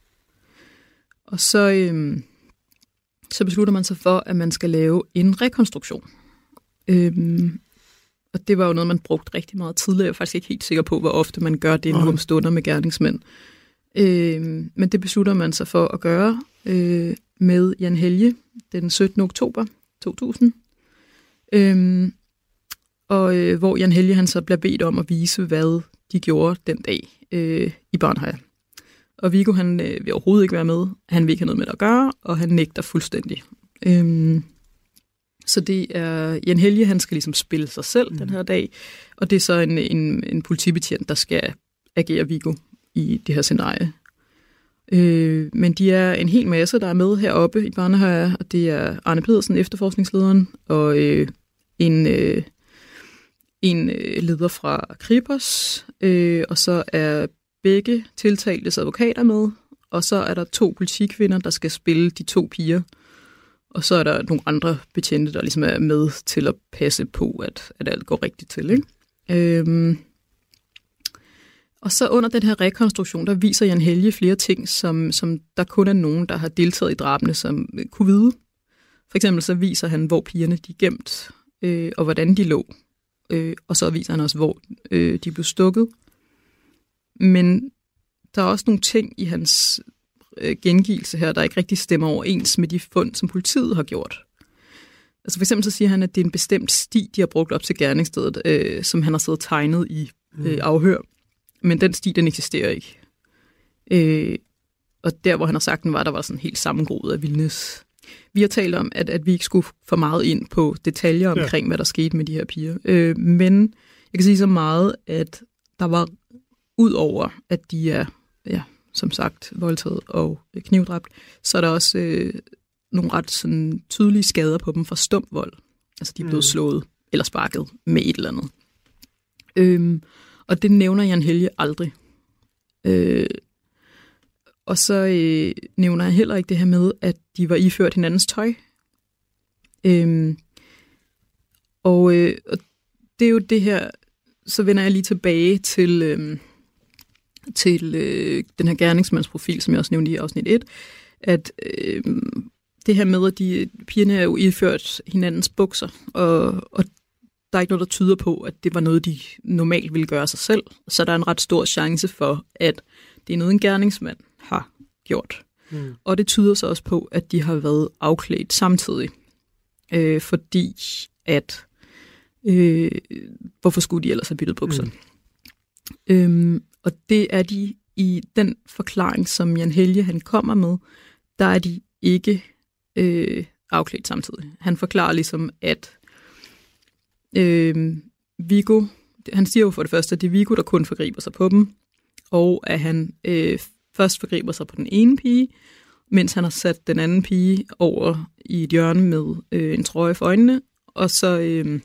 Og så, øhm, så beslutter man sig for, at man skal lave en rekonstruktion. Øhm, og det var jo noget, man brugte rigtig meget tidligere. Jeg er faktisk ikke helt sikker på, hvor ofte man gør det, når man stunder med gerningsmænd. Øhm, men det beslutter man sig for at gøre øh, med Jan Helge den syttende oktober to tusind. Øhm, og øh, hvor Jan Helge han så bliver bedt om at vise, hvad de gjorde den dag øh, i Baarnheim. Og Viggo han øh, vil overhovedet ikke være med. Han vil ikke have noget med det at gøre, og han nægter fuldstændig. Øhm, så det er Jan Helge, han skal ligesom spille sig selv mm. den her dag, og det er så en, en, en politibetjent, der skal agere Viggo i det her scenarie. Øh, men de er en hel masse, der er med heroppe i Baarnheim, og det er Arne Pedersen, efterforskningslederen, og øh, en, øh, en øh, leder fra Kripos, øh, og så er begge tiltaltes advokater med, og så er der to politikvinder, der skal spille de to piger, og så er der nogle andre betjente, der ligesom er med til at passe på, at, at alt går rigtigt til, ikke? Øh, Og så under den her rekonstruktion, der viser Jan Helge flere ting, som, som der kun er nogen, der har deltaget i drabene, som kunne vide. For eksempel så viser han, hvor pigerne de er gemt, øh, og hvordan de lå. Øh, og så viser han også, hvor øh, de blev stukket. Men der er også nogle ting i hans øh, gengivelse her, der ikke rigtig stemmer overens med de fund, som politiet har gjort. Altså for eksempel så siger han, at det er en bestemt sti, de har brugt op til gerningsstedet, øh, som han har siddet tegnet i øh, afhør. Men den sti, den eksisterer ikke. Øh, og der, hvor han har sagt, den var, der var sådan helt sammengroet af vildnis. Vi har talt om, at, at vi ikke skulle for meget ind på detaljer omkring, ja. hvad der skete med de her piger. Øh, men jeg kan sige så meget, at der var ud over, at de er ja, som sagt voldtaget og knivdræbt, så er der også øh, nogle ret sådan, tydelige skader på dem fra stum vold. Altså de er blevet mm. slået eller sparket med et eller andet. Øhm, og det nævner Jan Helge aldrig. Øh, og så øh, nævner han heller ikke det her med, at de var iført hinandens tøj. Øhm, og, øh, og det er jo det her, så vender jeg lige tilbage til, øh, til øh, den her gerningsmandsprofil, som jeg også nævnte i afsnit et, at øh, det her med, at de pigerne er jo iført hinandens bukser, og, og der er ikke noget, der tyder på, at det var noget, de normalt ville gøre sig selv. Så der er en ret stor chance for, at det er noget, en gerningsmand har gjort. Mm. Og det tyder så også på, at de har været afklædt samtidig. Øh, fordi at... Øh, hvorfor skulle de ellers have byttet bukser? Mm. Øhm, og det er de i den forklaring, som Jan Helge han kommer med, der er de ikke øh, afklædt samtidig. Han forklarer ligesom, at øh, Viggo, han siger jo for det første, at det er Viggo, der kun forgriber sig på dem, og at han øh, først forgriber sig på den ene pige, mens han har sat den anden pige over i et hjørne med øh, en trøje for øjnene, og så øh,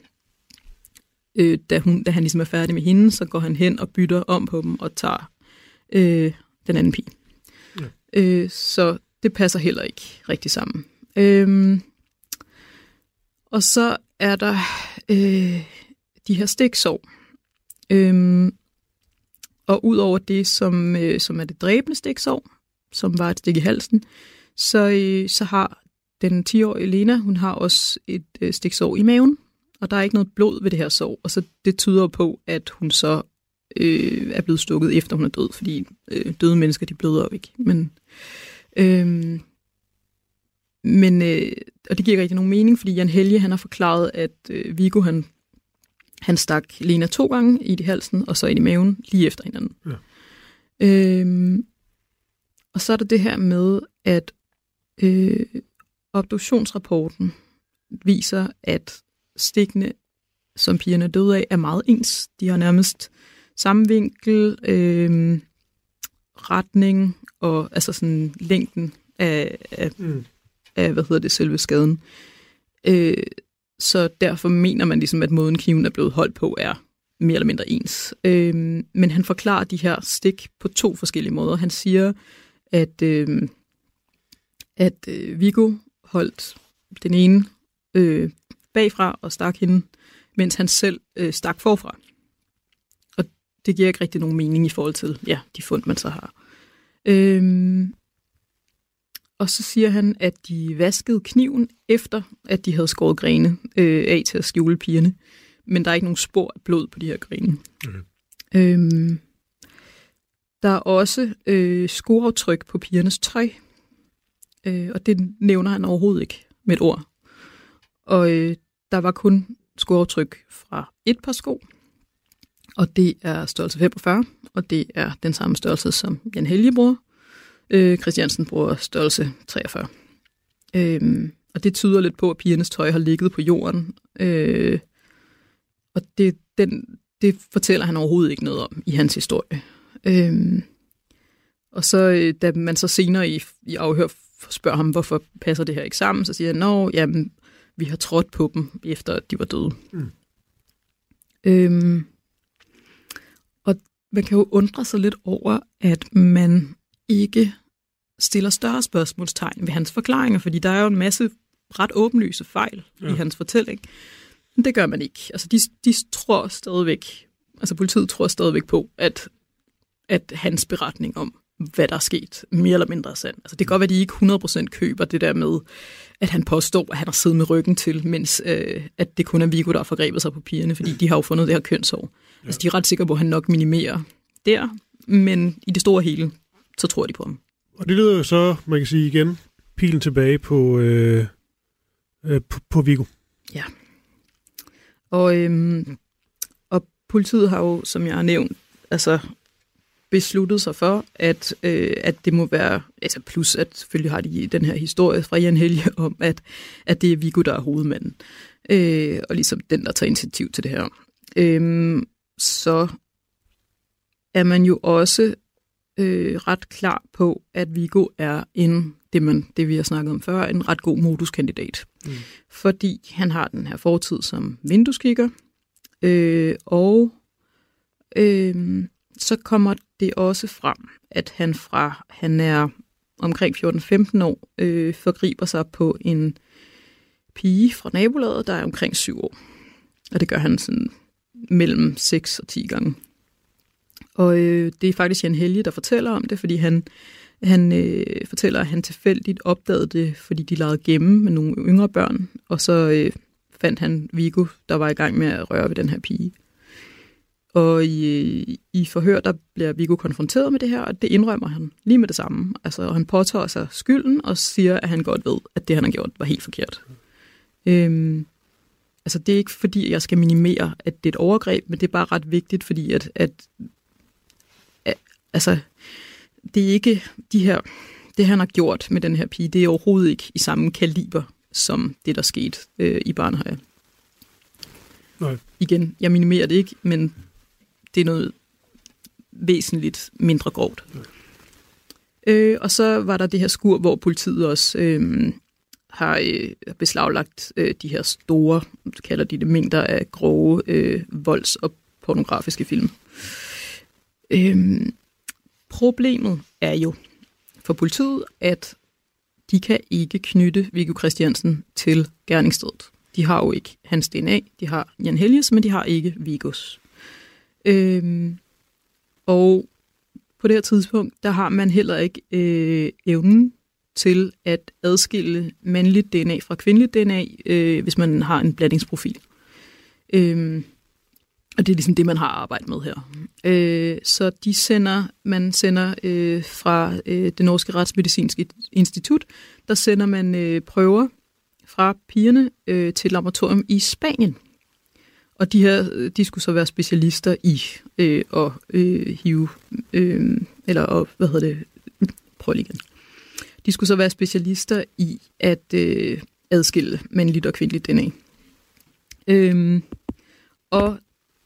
øh, da, hun, da han ligesom er færdig med hende, så går han hen og bytter om på dem og tager øh, den anden pige. Ja. Øh, så det passer heller ikke rigtig sammen. Øh, og så er der øh, de her stiksår. Øh, og ud over det, som, øh, som er det dræbende stiksår, som var et stik i halsen, så, øh, så har den ti-årige Lena, hun har også et øh, stiksår i maven, og der er ikke noget blod ved det her sår, og så det tyder på, at hun så øh, er blevet stukket efter hun er død, fordi øh, døde mennesker, de bløder jo ikke. Men, øh, men øh, og det giver rigtig nogen mening, fordi Jan Helge, han har forklaret, at øh, Viggo, han, han stak Lena to gange i det halsen, og så i maven, lige efter hinanden. Ja. Øh, og så er der det her med, at øh, obduktionsrapporten viser, at stikkene, som pigerne døde af, er meget ens. De har nærmest samme vinkel, øh, retning og altså sådan længden af, af, mm. af hvad hedder det, selve skaden. Øh, så derfor mener man ligesom, at måden kniven er blevet holdt på er mere eller mindre ens. Øh, men han forklarer de her stik på to forskellige måder. Han siger, at, øh, at øh, Viggo holdt den ene øh, bagfra og stak hende, mens han selv øh, stak forfra. Og det giver ikke rigtig nogen mening i forhold til, ja, de fund, man så har. Øhm, og så siger han, at de vaskede kniven efter, at de havde skåret grene øh, af til at skjule pigerne. Men der er ikke nogen spor af blod på de her grene. Okay. Øhm, der er også øh, skoaftryk på pigernes tøj. Øh, og det nævner han overhovedet ikke med et ord. Og øh, der var kun skoaftryk fra et par sko, og det er størrelse femogfyrre, og det er den samme størrelse, som Jan Helge bruger. Øh, Christiansen bruger størrelse treogfyrre. Øh, og det tyder lidt på, at pigernes tøj har ligget på jorden, øh, og det, den, det fortæller han overhovedet ikke noget om i hans historie. Øh, og så, da man så senere i, i afhør spørger ham, hvorfor passer det her ikke sammen, så siger han, nå, jamen, vi har trådt på dem, efter at de var døde. Mm. Øhm, og man kan jo undre sig lidt over, at man ikke stiller større spørgsmålstegn ved hans forklaringer, fordi der er jo en masse ret åbenlyse fejl ja. i hans fortælling. Men det gør man ikke. Altså, de, de tror stadigvæk, altså politiet tror stadigvæk på, at, at hans beretning om, hvad der er sket, mere eller mindre er sandt. Altså, det kan godt være, at de ikke hundrede procent køber det der med, at han påstår, at han har siddet med ryggen til, mens øh, at det kun er Viggo, der har forgrebet sig på pigerne, fordi de har jo fundet det her kønshår. Ja. Altså, de er ret sikre på, at han nok minimerer der, men i det store hele, så tror de på ham. Og det leder jo så, man kan sige igen, pilen tilbage på, øh, øh, på, på Viggo. Ja. Og, øhm, og politiet har jo, som jeg har nævnt, altså besluttet sig for, at, øh, at det må være, altså plus at selvfølgelig har de den her historie fra Jan Helge om, at, at det er Viggo, der er hovedmanden, øh, og ligesom den, der tager initiativ til det her. Øh, så er man jo også øh, ret klar på, at Viggo er en, det, man, det vi har snakket om før, en ret god moduskandidat. Mm. Fordi han har den her fortid som vindueskikker, øh, og øh, så kommer det også frem, at han fra han er omkring fjorten femten år, øh, forgriber sig på en pige fra nabolaget, der er omkring syv år. Og det gør han sådan mellem seks og ti gange. Og øh, det er faktisk Jan Helge, der fortæller om det, fordi han, han øh, fortæller, at han tilfældigt opdagede det, fordi de legede gemme med nogle yngre børn, og så øh, fandt han Viggo, der var i gang med at røre ved den her pige. Og i, i forhør, der bliver Viggo konfronteret med det her, og det indrømmer han lige med det samme. Altså, og han påtager sig skylden og siger, at han godt ved, at det, han har gjort, var helt forkert. Øhm, altså, det er ikke fordi, jeg skal minimere, at det er et overgreb, men det er bare ret vigtigt, fordi at, at, at altså, det er ikke de her, det han har gjort med den her pige, det er overhovedet ikke i samme kaliber, som det, der skete øh, i Barnehøj. Nej. Igen, jeg minimerer det ikke, men det er noget væsentligt mindre grovt. Øh, og så var der det her skur, hvor politiet også øh, har øh, beslaglagt øh, de her store, kalder de det, mængder af grove øh, volds- og pornografiske film. Øh, problemet er jo for politiet, at de kan ikke knytte Viggo Kristiansen til gerningsstedet. De har jo ikke hans D N A, de har Jan Helges, men de har ikke Viggos. Øhm, og på det her tidspunkt, der har man heller ikke øh, evnen til at adskille mandligt D N A fra kvindeligt D N A, øh, hvis man har en blandingsprofil. Øhm, og det er ligesom det, man har arbejdet med her. Øh, så de sender, man sender øh, fra øh, det norske retsmedicinske institut, der sender man øh, prøver fra pigerne øh, til et laboratorium i Spanien. Og de her, de skulle så være specialister i øh, at øh, hive, øh, eller og, hvad hedder det, prøv lige igen. De skulle så være specialister i at øh, adskille mandligt og kvindeligt D N A. Øh, og,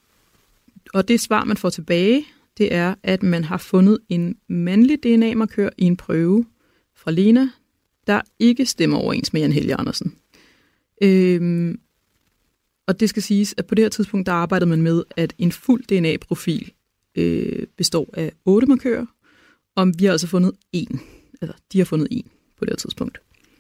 og det svar, man får tilbage, det er, at man har fundet en mandlig D N A-markør i en prøve fra Lena, der ikke stemmer overens med Jan Helge Andersen. Øhm, og det skal siges, at på det her tidspunkt, der arbejder man med, at en fuld D N A-profil øh, består af otte markører, og vi har altså fundet en. Altså, de har fundet en på det her tidspunkt.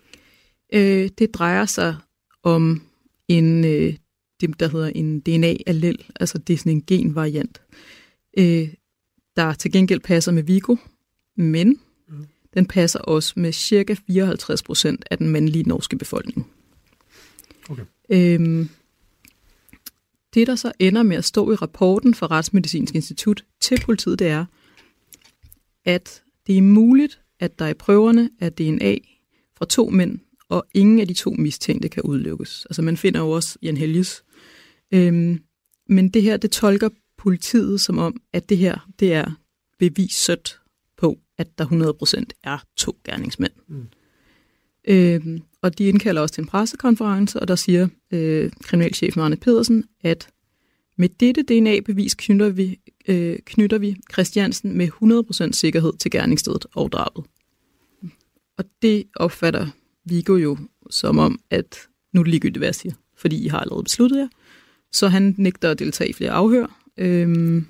Øh, det drejer sig om en, øh, det, der hedder en D N A-allel, altså det er sådan en genvariant, øh, der til gengæld passer med Viggo, men mm. den passer også med cirka fireoghalvtreds procent af den mandlige norske befolkning. Okay. Øhm, det, der så ender med at stå i rapporten fra Retsmedicinsk Institut til politiet, det er, at det er muligt, at der i prøverne er D N A fra to mænd, og ingen af de to mistænkte kan udelukkes. Altså man finder jo også Jan Helges. Øhm, men det her, det tolker politiet som om, at det her, det er beviset på, at der hundrede procent er to gerningsmænd. Mm. Øhm, og de indkalder også til en pressekonference, og der siger øh, kriminalchef Arne Pedersen, at med dette D N A-bevis knytter vi, øh, knytter vi Christiansen med hundrede procent sikkerhed til gerningsstedet og drabet. Og det opfatter Viggo jo som om, at nu er det ligegyldigt, hvad jeg siger, fordi I har allerede besluttet jer. Så han nægter at deltage i flere afhør. Øhm,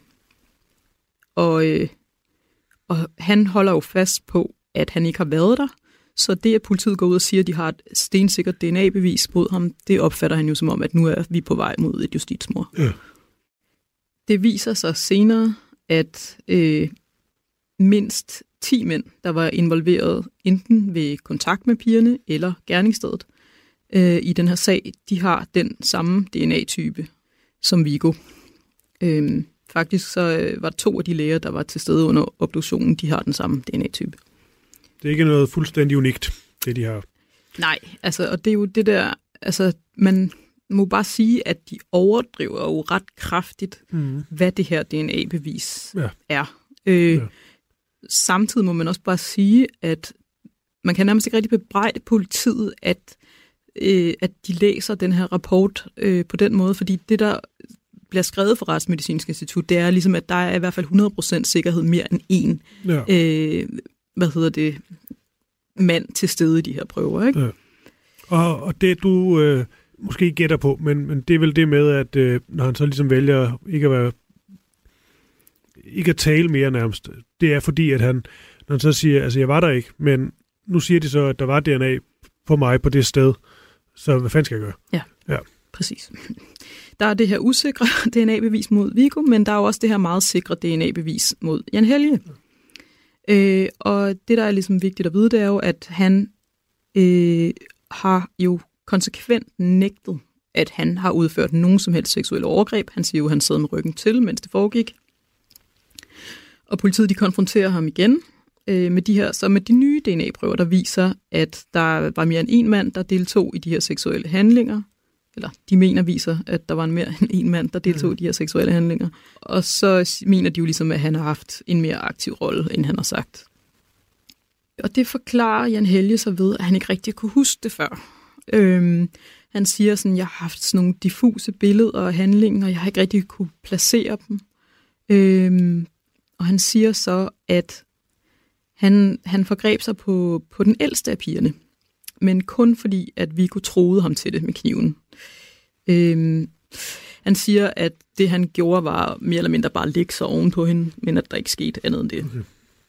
og, øh, og han holder jo fast på, at han ikke har været der. Så det, at politiet går ud og siger, at de har et stensikkert D N A-bevis mod ham, det opfatter han jo som om, at nu er vi på vej mod et justitsmord. Ja. Det viser sig senere, at øh, mindst ti mænd, der var involveret enten ved kontakt med pigerne eller gerningsstedet øh, i den her sag, de har den samme D N A-type som Viggo. Øh, faktisk så øh, var to af de læger, der var til stede under obduktionen, de har den samme D N A-type. Det er ikke noget fuldstændig unikt, det de har. Nej, altså, og det er jo det der, altså, man må bare sige, at de overdriver jo ret kraftigt, mm. hvad det her D N A-bevis ja. er. Øh, ja. Samtidig må man også bare sige, at man kan nærmest ikke rigtig bebrejde politiet, at, øh, at de læser den her rapport øh, på den måde, fordi det der bliver skrevet for Retsmedicinsk Institut, det er ligesom, at der er i hvert fald hundrede procent sikkerhed mere end en, ja. øh, hvad hedder det, mand til stede i de her prøver, ikke? Ja. Og, og det du øh, måske gætter på, men, men det er vel det med, at øh, når han så ligesom vælger ikke at være, ikke at tale mere nærmest, det er fordi, at han, når han så siger, altså jeg var der ikke, men nu siger de så, at der var D N A på mig på det sted, så hvad fanden skal jeg gøre? Ja, ja. Præcis. Der er det her usikre D N A-bevis mod Viggo, men der er jo også det her meget sikre D N A-bevis mod Jan Helge. Ja. Øh, og det, der er ligesom vigtigt at vide, det er jo, at han øh, har jo konsekvent nægtet, at han har udført nogen som helst seksuelle overgreb. Han siger jo, at han sad med ryggen til, mens det foregik. Og politiet, de konfronterer ham igen øh, med de her, så med de nye D N A-prøver, der viser, at der var mere end en mand, der deltog i de her seksuelle handlinger. Eller de mener viser, at der var en mere end en mand, der deltog mm. i de her seksuelle handlinger. Og så mener de jo ligesom, at han har haft en mere aktiv rolle, end han har sagt. Og det forklarer Jan Helge så ved, at han ikke rigtig kunne huske det før. Øhm, han siger sådan, jeg har haft sådan nogle diffuse billeder og handlinger, og jeg har ikke rigtig kunne placere dem. Øhm, og han siger så, at han, han forgreb sig på, på den ældste af pigerne, men kun fordi, at Viggo troede ham til det med kniven. Øhm, han siger, at det han gjorde var mere eller mindre bare ligge sig oven på hende, men at der ikke skete andet end det. Okay.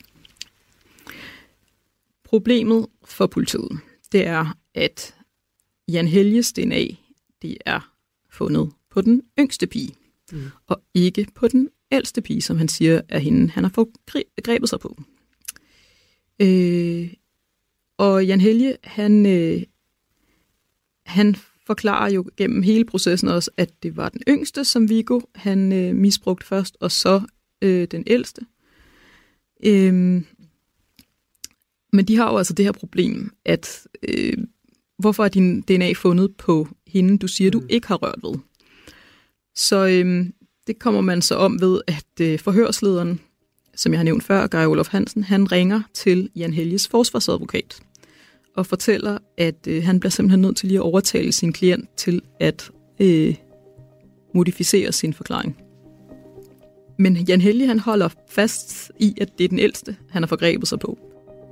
Problemet for politiet, det er, at Jan Helges D N A, det er fundet på den yngste pige, mm. og ikke på den ældste pige, som han siger er hende, han har forgrebet sig på. Øh, og Jan Helge, han, øh, han forklarer jo gennem hele processen også, at det var den yngste, som Viggo han øh, misbrugte først, og så øh, den ældste. Øh, men de har jo altså det her problem, at øh, hvorfor er din D N A fundet på hende, du siger, du ikke har rørt ved? Så øh, det kommer man så om ved, at øh, forhørslederen, som jeg har nævnt før, Geir Olof Hansen, han ringer til Jan Helges forsvarsadvokat og fortæller, at øh, han bliver simpelthen nødt til lige at overtale sin klient til at øh, modificere sin forklaring. Men Jan Helge, han holder fast i, at det er den ældste, han har forgrebet sig på.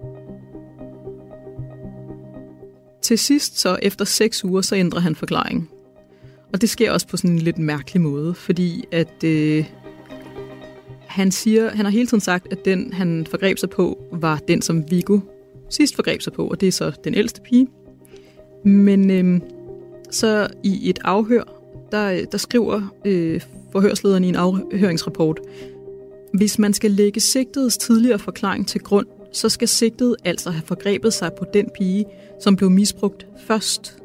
Til sidst, så efter seks uger, så ændrer han forklaringen. Og det sker også på sådan en lidt mærkelig måde, fordi at øh, han siger, han har hele tiden sagt, at den, han forgreb sig på, var den, som Viggo sidst forgreb sig på, og det er så den ældste pige. Men øh, så i et afhør, der, der skriver øh, forhørslederen i en afhøringsrapport, hvis man skal lægge sigtedes tidligere forklaring til grund, så skal sigtet altså have forgrebet sig på den pige, som blev misbrugt først.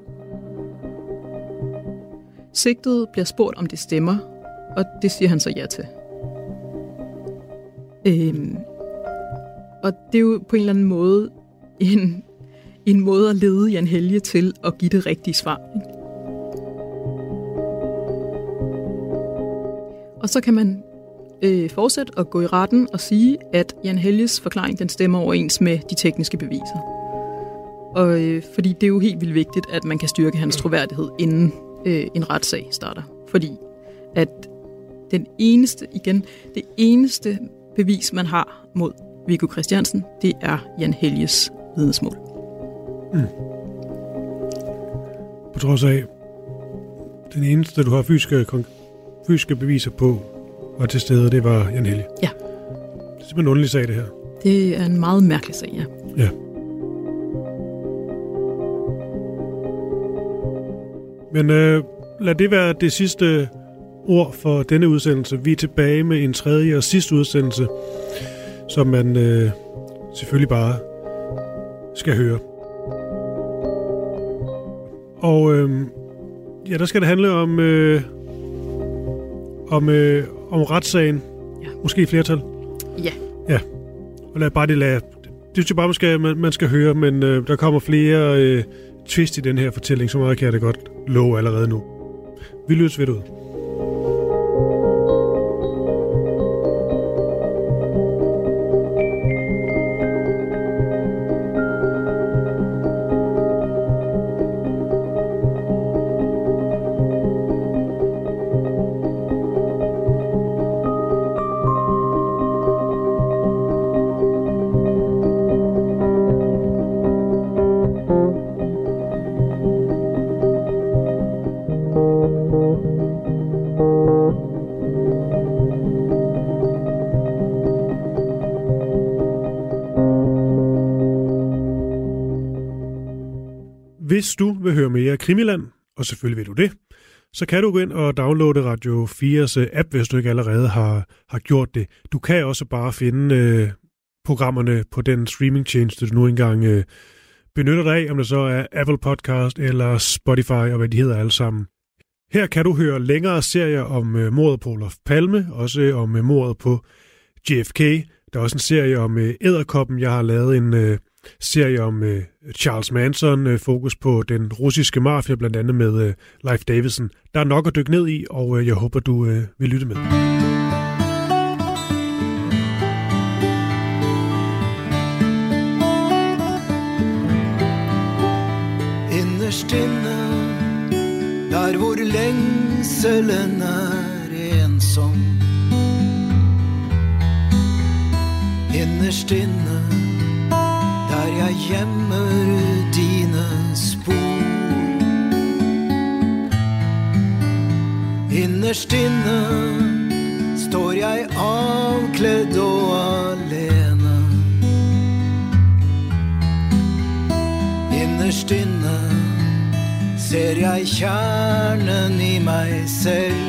Sigtet bliver spurgt, om det stemmer, og det siger han så ja til. Øhm, og det er jo på en eller anden måde en, en måde at lede Jan Helge til at give det rigtige svar. Og så kan man øh, fortsætte at gå i retten og sige, at Jan Helges forklaring den stemmer overens med de tekniske beviser. Og øh, fordi det er jo helt vildt vigtigt, at man kan styrke hans troværdighed, inden øh, en retssag starter. Fordi at den eneste, igen, det eneste bevis, man har mod Viggo Kristiansen, det er Jan Helges vidnesmål. Mm. På trods af, den eneste, du har fysiske, fysiske beviser på, var til stede, det var Jan Helge. Ja. Det er simpelthen en underlig sag, det her. Det er en meget mærkelig sag, ja. Ja. Men øh, lad det være det sidste ord for denne udsendelse. Vi er tilbage med en tredje og sidste udsendelse, som man øh, selvfølgelig bare skal høre. Og øh, ja, der skal det handle om øh, om, øh, om retssagen. Ja. Måske flertal. Ja. Ja. Og lad bare det lade. Det er bare, man skal, man, man skal høre, men øh, der kommer flere øh, twist i den her fortælling, så meget kan jeg da godt love allerede nu. Vi lyttes ved ud. Hvis du vil høre mere Krimiland, og selvfølgelig vil du det, så kan du gå ind og downloade Radio fires app, hvis du ikke allerede har, har gjort det. Du kan også bare finde øh, programmerne på den streamingtjeneste, du nu engang øh, benytter dig af, om det så er Apple Podcast eller Spotify og hvad de hedder alle sammen. Her kan du høre længere serier om øh, mordet på Olof Palme, også om øh, mordet på J F K. Der er også en serie om øh, Edderkoppen. Jeg har lavet en øh, serie om øh, Charles Manson, øh, fokus på den russiske mafia, blandt andet med øh, Leif Davidson. Der er nok at dykke ned i, og øh, jeg håber, du øh, vil lytte med. Innerst inde, der hvor længselen er ensom. Innerst inde, der jeg gjemmer dine spor. Innerst inde, står jeg avkledd og alene. Innerst inde, ser jeg kjernen i mig selv.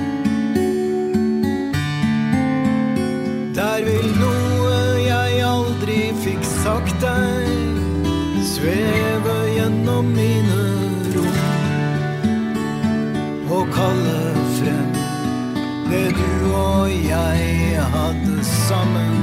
Der vil noe jeg aldri fikk sagt deg sveve gjennom mine rom og kalle frem det du og jeg hadde sammen.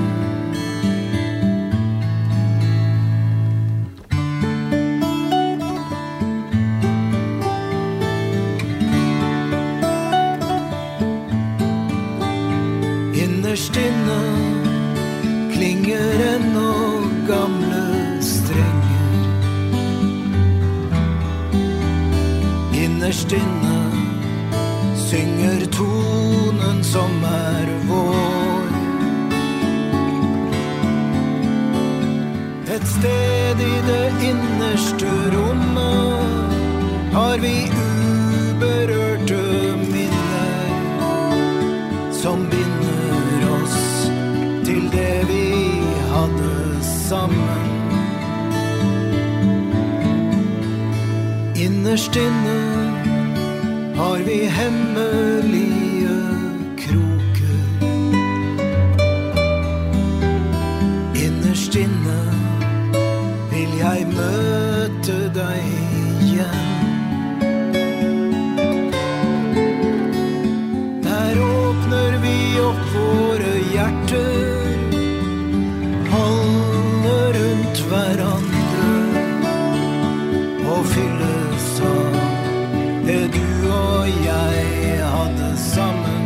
Innerst inne klinger ennå gamle strenger. Innerst inne synger tonen som er vår. Et sted i det innerste rommet har vi uberørte minner som binder oss til det vi hadde sammen. Innerst inne har vi hemmelige kroker. Innerst inne vil jeg møte deg igjen. Der åpner vi opp våre hjerter, holder rundt hverandre og fylles av det du og jeg hadde sammen.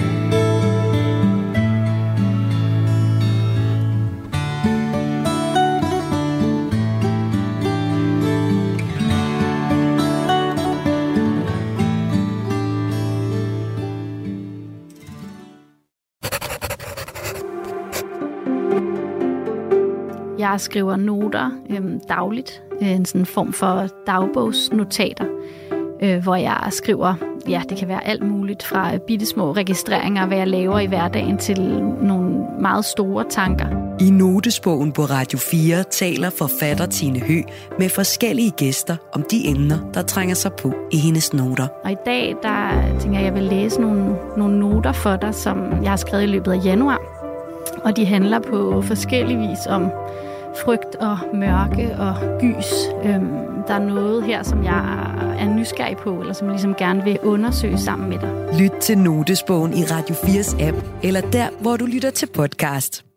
Jeg skriver noter øhm, dagligt, en sådan form for dagbogsnotater, øh, hvor jeg skriver, ja, det kan være alt muligt fra bittesmå registreringer, hvad jeg laver i hverdagen, til nogle meget store tanker. I notesbogen på Radio fire taler forfatter Tine Høgh med forskellige gæster om de emner, der trænger sig på i hendes noter. Og i dag, der tænker jeg, jeg vil læse nogle, nogle noter for dig, som jeg har skrevet i løbet af januar. Og de handler på forskellig vis om frygt og mørke og gys. Øhm, der er noget her, som jeg er nysgerrig på, eller som jeg ligesom gerne vil undersøge sammen med dig. Lyt til notesbogen i Radio fires app, eller der, hvor du lytter til podcast.